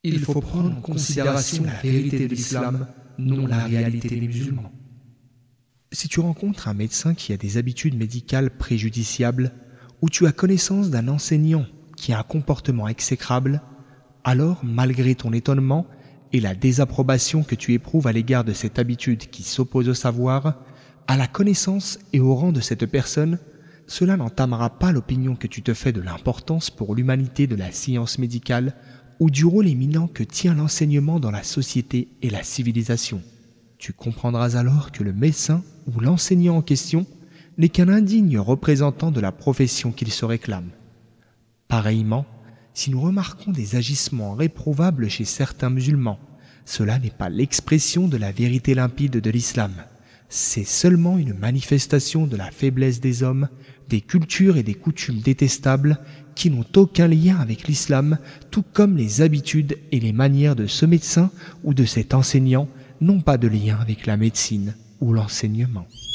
Il faut prendre en considération la vérité de l'islam, non la réalité des musulmans. Si tu rencontres un médecin qui a des habitudes médicales préjudiciables, ou tu as connaissance d'un enseignant qui a un comportement exécrable, alors, malgré ton étonnement et la désapprobation que tu éprouves à l'égard de cette habitude qui s'oppose au savoir, à la connaissance et au rang de cette personne, cela n'entamera pas l'opinion que tu te fais de l'importance pour l'humanité de la science médicale ou du rôle éminent que tient l'enseignement dans la société et la civilisation. Tu comprendras alors que le médecin ou l'enseignant en question n'est qu'un indigne représentant de la profession qu'il se réclame. Pareillement, si nous remarquons des agissements réprouvables chez certains musulmans, cela n'est pas l'expression de la vérité limpide de l'islam. C'est seulement une manifestation de la faiblesse des hommes, des cultures et des coutumes détestables qui n'ont aucun lien avec l'islam, tout comme les habitudes et les manières de ce médecin ou de cet enseignant n'ont pas de lien avec la médecine ou l'enseignement.